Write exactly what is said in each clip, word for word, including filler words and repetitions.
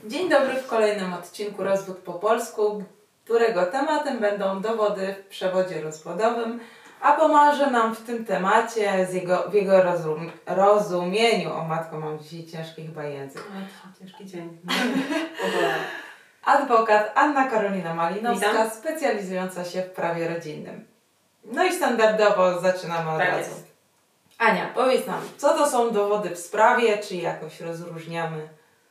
Dzień dobry w kolejnym odcinku Rozwód po polsku, którego tematem będą dowody w przewodzie rozwodowym, a pomoże nam w tym temacie, z jego, w jego rozum, rozumieniu, o matko, mam dzisiaj ciężki chyba język, O, ciężki dzień. adwokat Anna Karolina Malinowska, Witam. specjalizująca się w prawie rodzinnym. No i standardowo zaczynamy od Tak razu. jest. Ania, powiedz nam, co to są dowody w sprawie, czy jakoś rozróżniamy?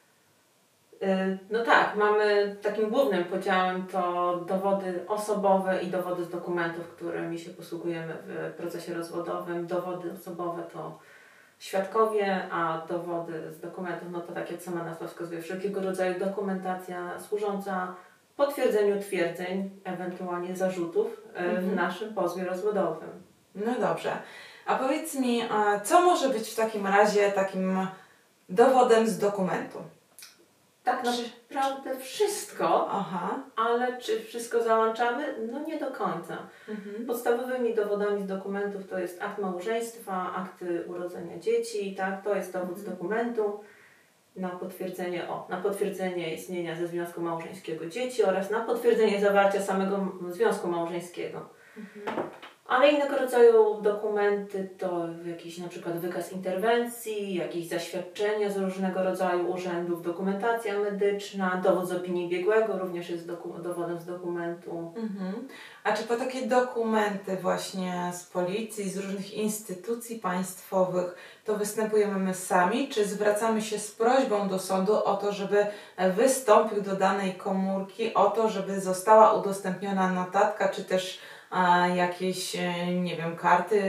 No tak, mamy takim głównym podziałem to dowody osobowe i dowody z dokumentów, którymi się posługujemy w procesie rozwodowym. Dowody osobowe to świadkowie, a dowody z dokumentów, no to tak jak sama nazwa wskazuje, wszelkiego rodzaju dokumentacja służąca potwierdzeniu twierdzeń, ewentualnie zarzutów Mhm. w naszym pozwie rozwodowym. No dobrze. A powiedz mi, a co może być w takim razie takim dowodem z dokumentu? Tak naprawdę wszystko, Aha. ale czy wszystko załączamy? No nie do końca. Mhm. Podstawowymi dowodami z dokumentów to jest akt małżeństwa, akty urodzenia dzieci, tak? To jest dowód z dokumentu na potwierdzenie, o, na potwierdzenie istnienia ze związku małżeńskiego dzieci oraz na potwierdzenie zawarcia samego m- związku małżeńskiego. Mhm. Ale innego rodzaju dokumenty to jakiś na przykład wykaz interwencji, jakieś zaświadczenia z różnego rodzaju urzędów, dokumentacja medyczna, dowód z opinii biegłego również jest doku- dowodem z dokumentu. Mhm. A czy po takie dokumenty właśnie z policji, z różnych instytucji państwowych, to występujemy my sami, czy zwracamy się z prośbą do sądu o to, żeby wystąpił do danej komórki, o to, żeby została udostępniona notatka, czy też a, jakieś, e, nie wiem, karty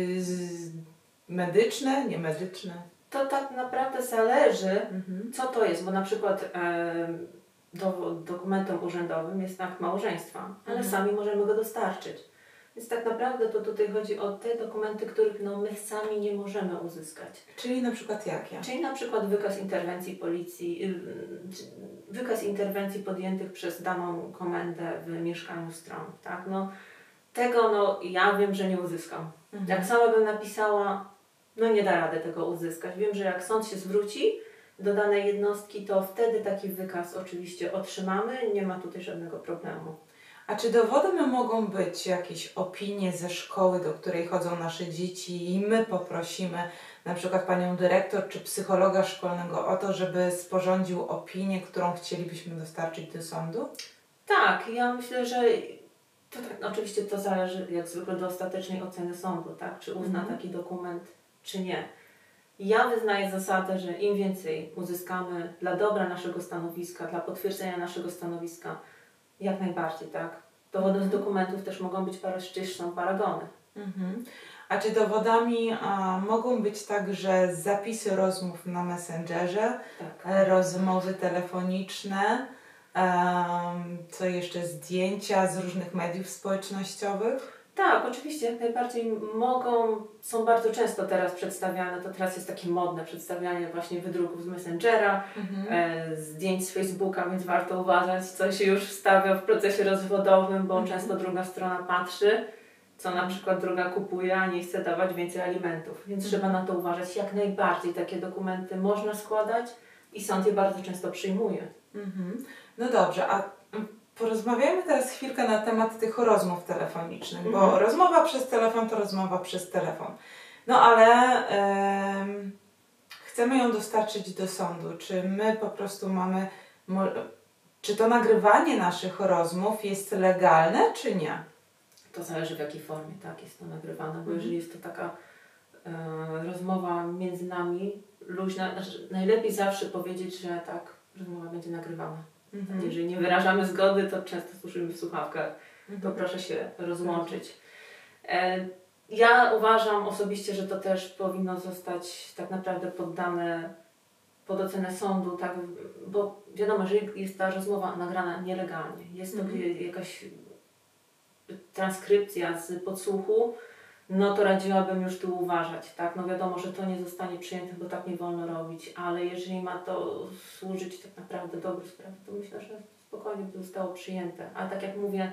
z, medyczne, nie medyczne? To tak naprawdę zależy, Mhm. co to jest, bo na przykład e, do, dokumentem urzędowym jest akt małżeństwa, ale Mhm. sami możemy go dostarczyć. Więc tak naprawdę to tutaj chodzi o te dokumenty, których no, my sami nie możemy uzyskać. Czyli na przykład jakie? Czyli na przykład wykaz interwencji policji, yy, czy- wykaz interwencji podjętych przez daną komendę w mieszkaniu stron, tak? No, tego no, ja wiem, że nie uzyskam. Mhm. Jak sama bym napisała, no nie da rady tego uzyskać. Wiem, że jak sąd się zwróci do danej jednostki, to wtedy taki wykaz oczywiście otrzymamy, nie ma tutaj żadnego problemu. A czy dowodem mogą być jakieś opinie ze szkoły, do której chodzą nasze dzieci i my poprosimy na przykład panią dyrektor czy psychologa szkolnego o to, żeby sporządził opinię, którą chcielibyśmy dostarczyć do sądu? Tak, ja myślę, że to tak, oczywiście to zależy jak zwykle do ostatecznej oceny sądu, tak? Czy uzna Mhm. taki dokument, czy nie. Ja wyznaję zasadę, że im więcej uzyskamy dla dobra naszego stanowiska, dla potwierdzenia naszego stanowiska, jak najbardziej, tak? Dowodem z Mhm. dokumentów też mogą być paraszczyszne paragony. Mhm. A czy dowodami a, mogą być także zapisy rozmów na Messengerze, Tak. e, rozmowy telefoniczne, em, co jeszcze, zdjęcia z różnych mediów społecznościowych? Tak, oczywiście, jak najbardziej mogą, są bardzo często teraz przedstawiane, to teraz jest takie modne przedstawianie właśnie wydruków z Messengera, Mhm. e, zdjęć z Facebooka, więc warto uważać, co się już wstawia w procesie rozwodowym, bo Mhm. często druga strona patrzy, co na przykład druga kupuje, a nie chce dawać więcej alimentów, więc Mhm. trzeba na to uważać. Jak najbardziej takie dokumenty można składać i sąd je bardzo często przyjmuje. Mhm. No dobrze, a mm, porozmawiajmy teraz chwilkę na temat tych rozmów telefonicznych, bo Mhm. rozmowa przez telefon to rozmowa przez telefon. No ale em, chcemy ją dostarczyć do sądu. Czy my po prostu mamy, mo, czy to nagrywanie naszych rozmów jest legalne, czy nie? To zależy w jakiej formie tak jest to nagrywane, bo Mhm. jeżeli jest to taka e, rozmowa między nami, luźna, znaczy najlepiej zawsze powiedzieć, że tak, rozmowa będzie nagrywana. Mhm. Jeżeli nie wyrażamy zgody, to często słyszymy w słuchawkach, to Mhm. proszę się rozłączyć. E, ja uważam osobiście, że to też powinno zostać tak naprawdę poddane pod ocenę sądu, tak, bo wiadomo, że jest ta rozmowa nagrana nielegalnie, jest to Mhm. jakaś transkrypcja z podsłuchu, no to radziłabym już tu uważać, tak? No wiadomo, że to nie zostanie przyjęte, bo tak nie wolno robić, ale jeżeli ma to służyć tak naprawdę dobrej sprawie, to myślę, że spokojnie by zostało przyjęte. A tak jak mówię,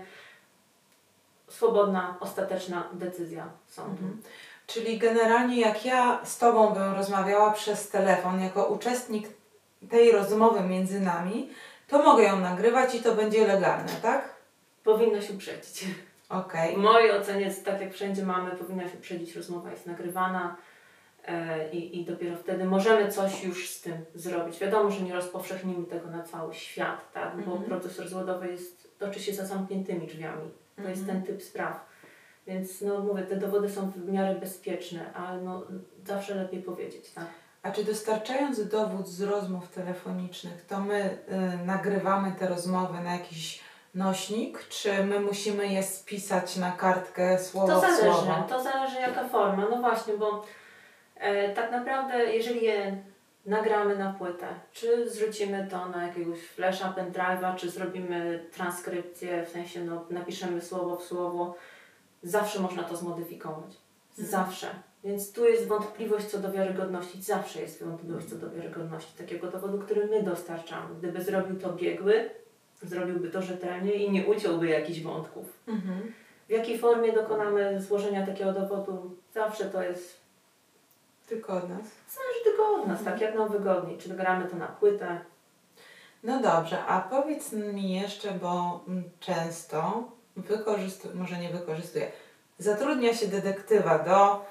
swobodna, ostateczna decyzja sądu. Mhm. Czyli generalnie jak ja z Tobą bym rozmawiała przez telefon jako uczestnik tej rozmowy między nami, to mogę ją nagrywać i to będzie legalne, tak? Powinno się uprzedzić. Okej. W mojej ocenie, tak jak wszędzie mamy, powinna się uprzedzić, rozmowa jest nagrywana e, i, i dopiero wtedy możemy coś już z tym zrobić. Wiadomo, że nie rozpowszechnimy tego na cały świat, tak? Bo Mhm. proces rozwodowy jest, toczy się za zamkniętymi drzwiami. To Mhm. jest ten typ spraw. Więc no mówię, te dowody są w miarę bezpieczne, ale no, zawsze lepiej powiedzieć, tak? A czy dostarczając dowód z rozmów telefonicznych, to my y, nagrywamy te rozmowy na jakiś nośnik, czy my musimy je spisać na kartkę słowo To w zależy, słowo? to zależy jaka forma. No właśnie, bo e, tak naprawdę jeżeli je nagramy na płytę, czy zrzucimy to na jakiegoś flasha, pendrive'a, czy zrobimy transkrypcję, w sensie no, napiszemy słowo w słowo, zawsze można to zmodyfikować. Mhm. Zawsze. Więc tu jest wątpliwość co do wiarygodności. Zawsze jest wątpliwość co do wiarygodności takiego dowodu, który my dostarczamy. Gdyby zrobił to biegły, zrobiłby to rzetelnie i nie uciąłby jakichś wątków. Mhm. W jakiej formie dokonamy złożenia takiego dowodu, zawsze to jest, Tylko od nas. zależy tylko od nas, tak jak nam wygodniej. Czy gramy to na płytę? No dobrze, a powiedz mi jeszcze, bo mm, często wykorzystuję, może nie wykorzystuję, zatrudnia się detektywa do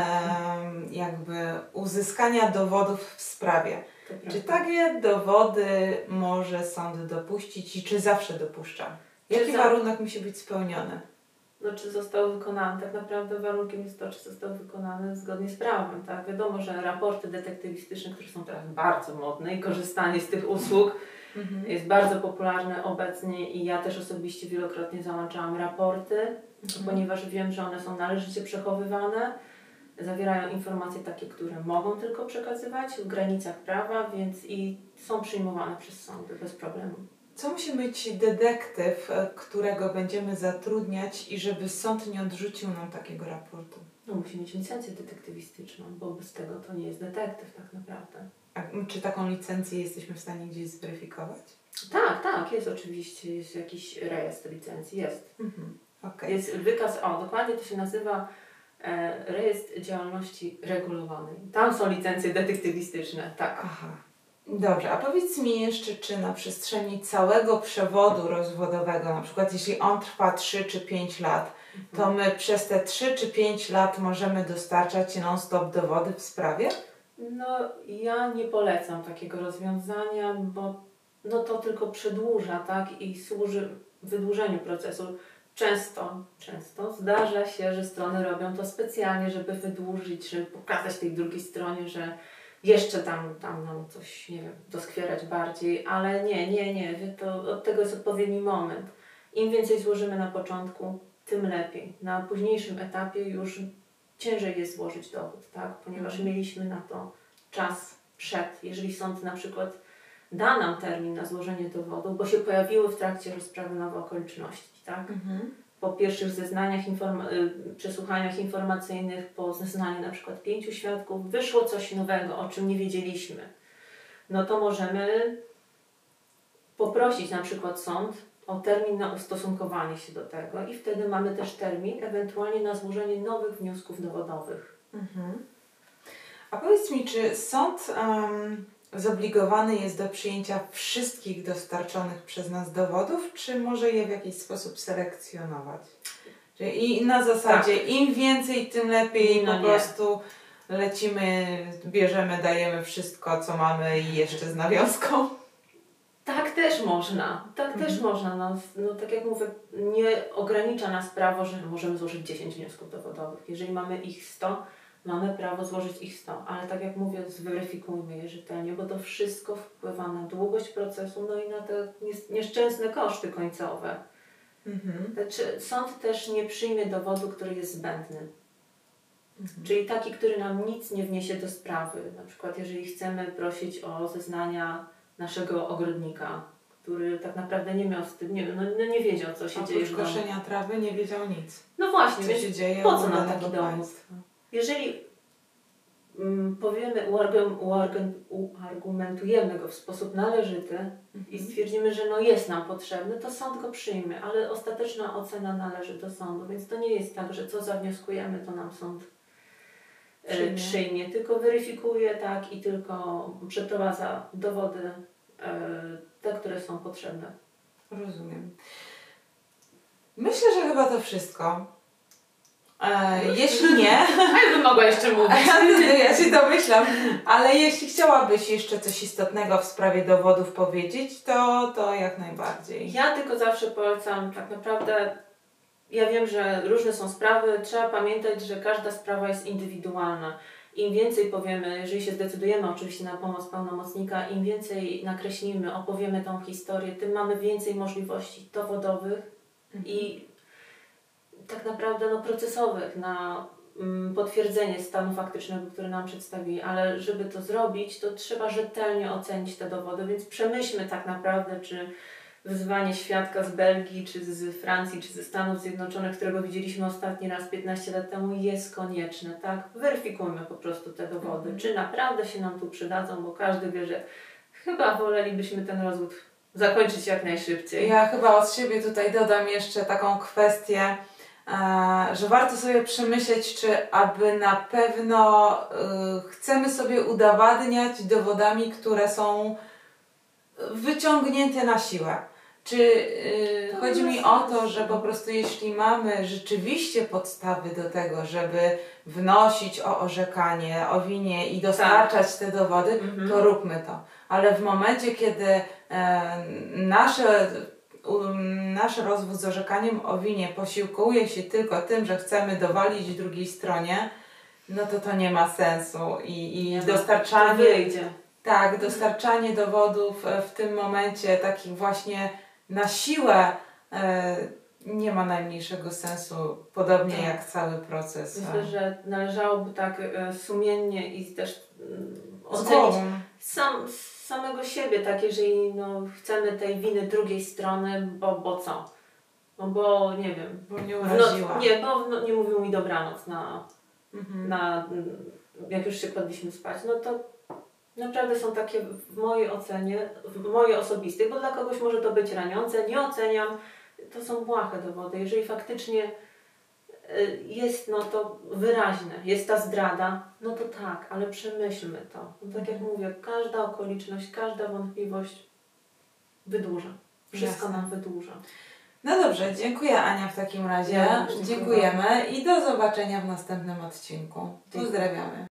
em, jakby uzyskania dowodów w sprawie. To Czy prawda. takie dowody może sąd dopuścić i czy zawsze dopuszcza? Czy Jaki za- warunek musi być spełniony? No, czy zostały wykonane? Tak naprawdę warunkiem jest to, czy zostały wykonane zgodnie z prawem. Tak? Wiadomo, że raporty detektywistyczne, które są teraz bardzo modne i korzystanie z tych usług Mhm. jest bardzo popularne obecnie i ja też osobiście wielokrotnie załączałam raporty, Mhm. ponieważ wiem, że one są należycie przechowywane, zawierają informacje takie, które mogą tylko przekazywać w granicach prawa, więc i są przyjmowane przez sądy bez problemu. Co musi być detektyw, e, którego będziemy zatrudniać i żeby sąd nie odrzucił nam takiego raportu? No, musi mieć licencję detektywistyczną, bo bez tego to nie jest detektyw tak naprawdę. A m, czy taką licencję jesteśmy w stanie gdzieś zweryfikować? Tak, tak, jest oczywiście, jest jakiś rejestr licencji, jest. Mhm. Okej. Jest wykaz, o dokładnie to się nazywa e, rejestr działalności regulowanej. Tam są licencje detektywistyczne, tak. Aha. Dobrze, a powiedz mi jeszcze, czy na przestrzeni całego przewodu rozwodowego, na przykład jeśli on trwa trzy czy pięć lat, to my przez te trzy czy pięć lat możemy dostarczać non-stop dowody w sprawie? No ja nie polecam takiego rozwiązania, bo no to tylko przedłuża, tak, i służy wydłużeniu procesu. Często, często zdarza się, że strony robią to specjalnie, żeby wydłużyć, żeby pokazać tej drugiej stronie, że jeszcze tam, tam nam coś, nie wiem, doskwierać bardziej, ale nie, nie, nie, to od tego jest odpowiedni moment. Im więcej złożymy na początku, tym lepiej. Na późniejszym etapie już ciężej jest złożyć dowód, tak? Ponieważ Mhm. mieliśmy na to czas przed. Jeżeli sąd na przykład da nam termin na złożenie dowodu, bo się pojawiły w trakcie rozprawy nowe okoliczności, tak? Mhm. Po pierwszych zeznaniach, informa- y, przesłuchaniach informacyjnych, po zeznaniu na przykład pięciu świadków, wyszło coś nowego, o czym nie wiedzieliśmy. No to możemy poprosić na przykład sąd o termin na ustosunkowanie się do tego i wtedy mamy też termin ewentualnie na złożenie nowych wniosków dowodowych. Mhm. A powiedz mi, czy sąd em, zobligowany jest do przyjęcia wszystkich dostarczonych przez nas dowodów, czy może je w jakiś sposób selekcjonować? Czyli i na zasadzie im więcej, tym lepiej, No po nie. prostu lecimy, bierzemy, dajemy wszystko, co mamy i jeszcze z nawiązką. Tak też można, tak Mhm. też można. No, no tak jak mówię, nie ogranicza nas prawo, że możemy złożyć dziesięć wniosków dowodowych. Jeżeli mamy ich sto, mamy prawo złożyć ich sto, ale tak jak mówię, zweryfikujmy je rzetelnie, bo to wszystko wpływa na długość procesu, no i na te nies- nieszczęsne koszty końcowe. Mhm. Znaczy, sąd też nie przyjmie dowodu, który jest zbędny. Mhm. Czyli taki, który nam nic nie wniesie do sprawy. Na przykład jeżeli chcemy prosić o zeznania naszego ogrodnika, który tak naprawdę nie miał z tym, nie wiem, no, no nie wiedział, co się dzieje Oprócz w domu. koszenia trawy nie wiedział nic, No właśnie, co więc się dzieje po u co nam danego taki dowód? państwa. jeżeli mm, powiemy, uargum, uargum, uargumentujemy go w sposób należyty i Mhm. stwierdzimy, że no jest nam potrzebny, to sąd go przyjmie, ale ostateczna ocena należy do sądu, więc to nie jest tak, że co zawnioskujemy, to nam sąd przyjmie. przyjmie, tylko weryfikuje, tak, i tylko przeprowadza dowody, te, które są potrzebne. Rozumiem. Myślę, że chyba to wszystko. E, jeśli nie... A ja bym mogła jeszcze mówić. Ja się domyślam. Ale jeśli chciałabyś jeszcze coś istotnego w sprawie dowodów powiedzieć, to, to jak najbardziej. Ja tylko zawsze polecam, tak naprawdę, ja wiem, że różne są sprawy, trzeba pamiętać, że każda sprawa jest indywidualna. Im więcej powiemy, jeżeli się zdecydujemy oczywiście na pomoc pełnomocnika, im więcej nakreślimy, opowiemy tą historię, tym mamy więcej możliwości dowodowych mhm. i tak naprawdę no, procesowych na mm, potwierdzenie stanu faktycznego, który nam przedstawili, ale żeby to zrobić, to trzeba rzetelnie ocenić te dowody, więc przemyślmy tak naprawdę, czy wzywanie świadka z Belgii, czy z Francji, czy ze Stanów Zjednoczonych, którego widzieliśmy ostatni raz piętnaście lat temu, jest konieczne, tak? Weryfikujmy po prostu te dowody, mm. czy naprawdę się nam tu przydadzą, bo każdy wie, że chyba wolelibyśmy ten rozwód zakończyć jak najszybciej. Ja chyba od siebie tutaj dodam jeszcze taką kwestię, że warto sobie przemyśleć, czy aby na pewno y, chcemy sobie udowadniać dowodami, które są wyciągnięte na siłę. Czy y, chodzi mi o to, że po prostu jeśli mamy rzeczywiście podstawy do tego, żeby wnosić o orzekanie, o winie i dostarczać te dowody, mhm. to róbmy to. Ale w momencie, kiedy e, nasze nasz rozwód z orzekaniem o winie posiłkuje się tylko tym, że chcemy dowalić drugiej stronie, no to to nie ma sensu i, i dostarczanie, wyjdzie. tak, dostarczanie dowodów w tym momencie takich właśnie na siłę e, nie ma najmniejszego sensu, podobnie tak. jak cały proces. Myślę, że należałoby tak e, sumiennie i też e, ocenić sam, samego siebie, tak, jeżeli no, chcemy tej winy drugiej strony, bo, bo co? No bo nie wiem. Bo nie uraziła. No, nie, bo no, nie mówił mi dobranoc na, mhm. na, jak już się kładliśmy spać. No to naprawdę są takie w mojej ocenie, w mojej osobistej, bo dla kogoś może to być raniące, nie oceniam, to są błahe dowody. Jeżeli faktycznie jest no to wyraźne, jest ta zdrada, no to tak, ale przemyślmy to. No tak jak mówię, każda okoliczność, każda wątpliwość wydłuża. Wszystko Jasne. nam wydłuża. No dobrze, dziękuję Ania w takim razie. Ja dziękujemy i do zobaczenia w następnym odcinku. Pozdrawiamy.